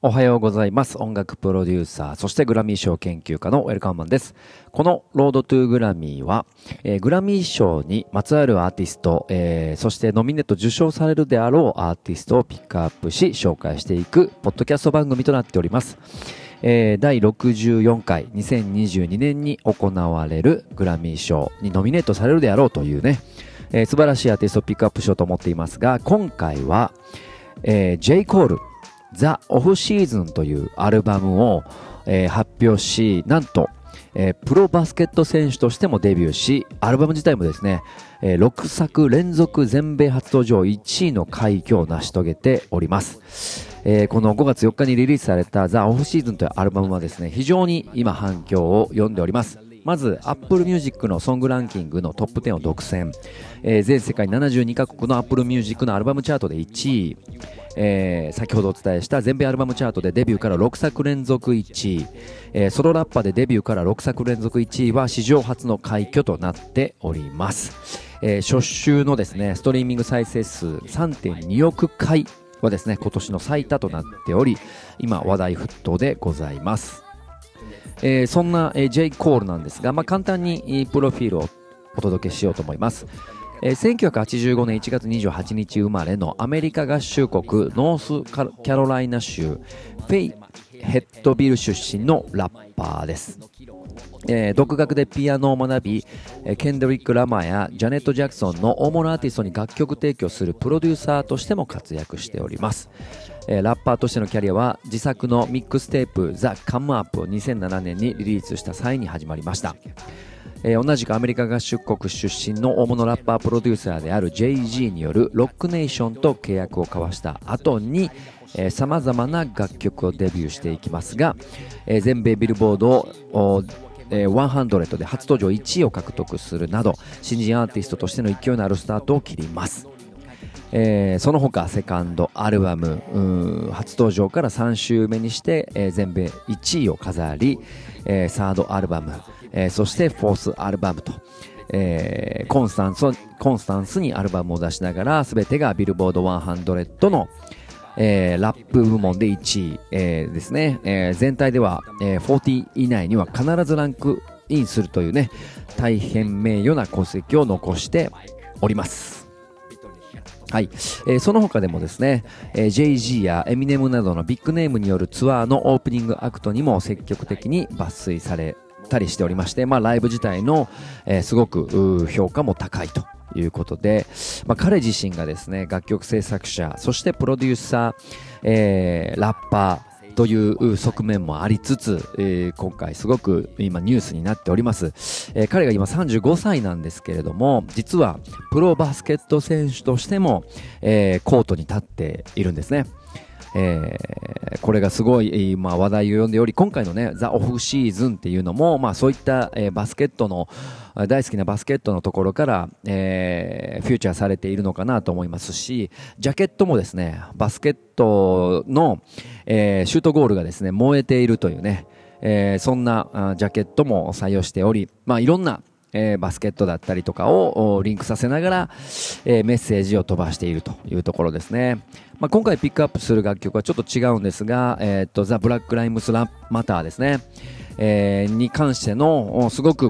おはようございます。音楽プロデューサー、そしてグラミー賞研究家のウェルカムマンです。このロードトゥーグラミーは、グラミー賞にまつわるアーティスト、そしてノミネート受賞されるであろうアーティストをピックアップし紹介していくポッドキャスト番組となっております。第64回2022年に行われるグラミー賞にノミネートされるであろうというね、素晴らしいアーティストをピックアップしようと思っていますが、今回は、J. コールザ・オフシーズンというアルバムを、発表し、なんと、プロバスケット選手としてもデビューし、アルバム自体もですね、6作連続全米初登場1位の快挙を成し遂げております。この5月4日にリリースされたザ・オフシーズンというアルバムはですね、非常に今反響を呼んでおります。まず Apple Music のソングランキングのトップ10を独占、全世界72カ国の Apple Music のアルバムチャートで1位、先ほどお伝えした全米アルバムチャートでデビューから6作連続1位、ソロラッパーでデビューから6作連続1位は史上初の快挙となっております。初週のですねストリーミング再生数 3.2 億回はですね今年の最多となっており、今話題沸騰でございます。そんな、J. コールなんですが、簡単にプロフィールをお届けしようと思います。1985年1月28日生まれのアメリカ合衆国ノースキャロライナ州フェイヘッドビル出身のラッパーです。独学でピアノを学び、ケンドリック・ラマーやジャネット・ジャクソンの大物アーティストに楽曲提供するプロデューサーとしても活躍しております。ラッパーとしてのキャリアは自作のミックステープザ・カムアップを2007年にリリースした際に始まりました。同じくアメリカ合衆国出身の大物ラッパープロデューサーである Jay-Z によるロックネーションと契約を交わした後にさまざまな楽曲をデビューしていきますが、全米ビルボード100で初登場1位を獲得するなど新人アーティストとしての勢いのあるスタートを切ります。その他セカンドアルバム初登場から3週目にして、全米1位を飾り、サードアルバム、そしてフォースアルバムと、コンスタンスにアルバムを出しながら全てがビルボード100の、ラップ部門で1位、ですね、全体では、40以内には必ずランクインするというね大変名誉な功績を残しております。はい、その他でもですね、Jay-Z やエミネムなどのビッグネームによるツアーのオープニングアクトにも積極的に抜粋されたりしておりまして、ライブ自体の、すごく評価も高いということで、彼自身がですね楽曲制作者そしてプロデューサー、ラッパーという側面もありつつ、今回すごく今ニュースになっております。彼が今35歳なんですけれども、実はプロバスケット選手としても、コートに立っているんですね。これがすごい、話題を呼んでおり、今回のねザ・オフシーズンっていうのも、そういった、バスケットの大好きなバスケットのところから、フューチャーされているのかなと思いますし、ジャケットもですねバスケットの、シュートゴールがですね燃えているというね、そんなジャケットも採用しており、いろんなバスケットだったりとかをリンクさせながら、メッセージを飛ばしているというところですね。今回ピックアップする楽曲はちょっと違うんですが、ザ・ブラック・ライムス・マターですね、に関してのすごく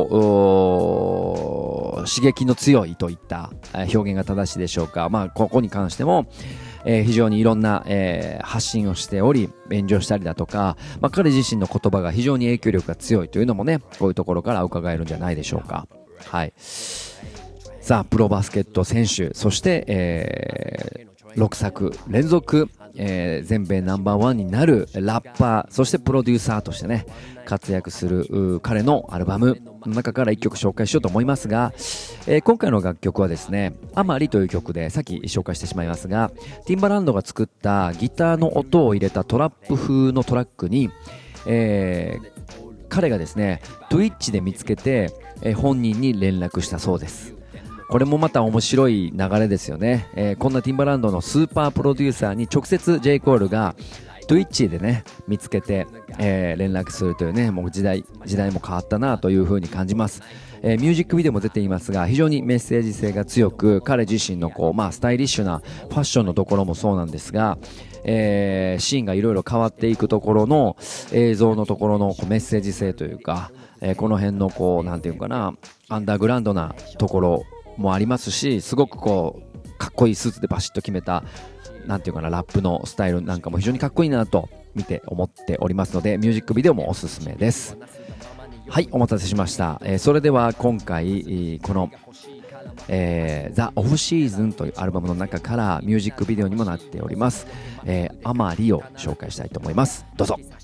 こう刺激の強いといった表現が正しいでしょうか。ここに関しても非常にいろんな、発信をしており炎上したりだとか、彼自身の言葉が非常に影響力が強いというのもねこういうところから伺えるんじゃないでしょうか。はい、さあプロバスケット選手そして、6作連続、全米ナンバーワンになるラッパーそしてプロデューサーとしてね活躍する彼のアルバムの中から1曲紹介しようと思いますが、今回の楽曲はですねアマリという曲でさっき紹介してしまいますが、ティンバランドが作ったギターの音を入れたトラップ風のトラックに、彼がですね Twitch で見つけて、本人に連絡したそうです。これもまた面白い流れですよね。こんなティンバランドのスーパープロデューサーに直接 J. コールが Twitch でね見つけて、連絡するというね、もう時代も変わったなというふうに感じます。ミュージックビデオも出ていますが、非常にメッセージ性が強く、彼自身のスタイリッシュなファッションのところもそうなんですが、シーンがいろいろ変わっていくところの映像のところのメッセージ性というか、この辺のなんていうかな、アンダーグラウンドなところもありますし、すごくかっこいいスーツでバシッと決めたなんていうかな、ラップのスタイルなんかも非常にかっこいいなと思っておりますので、ミュージックビデオもおすすめです。はい、お待たせしました。それでは今回このザ・オフシーズンというアルバムの中からミュージックビデオにもなっております、アマリを紹介したいと思います。どうぞ。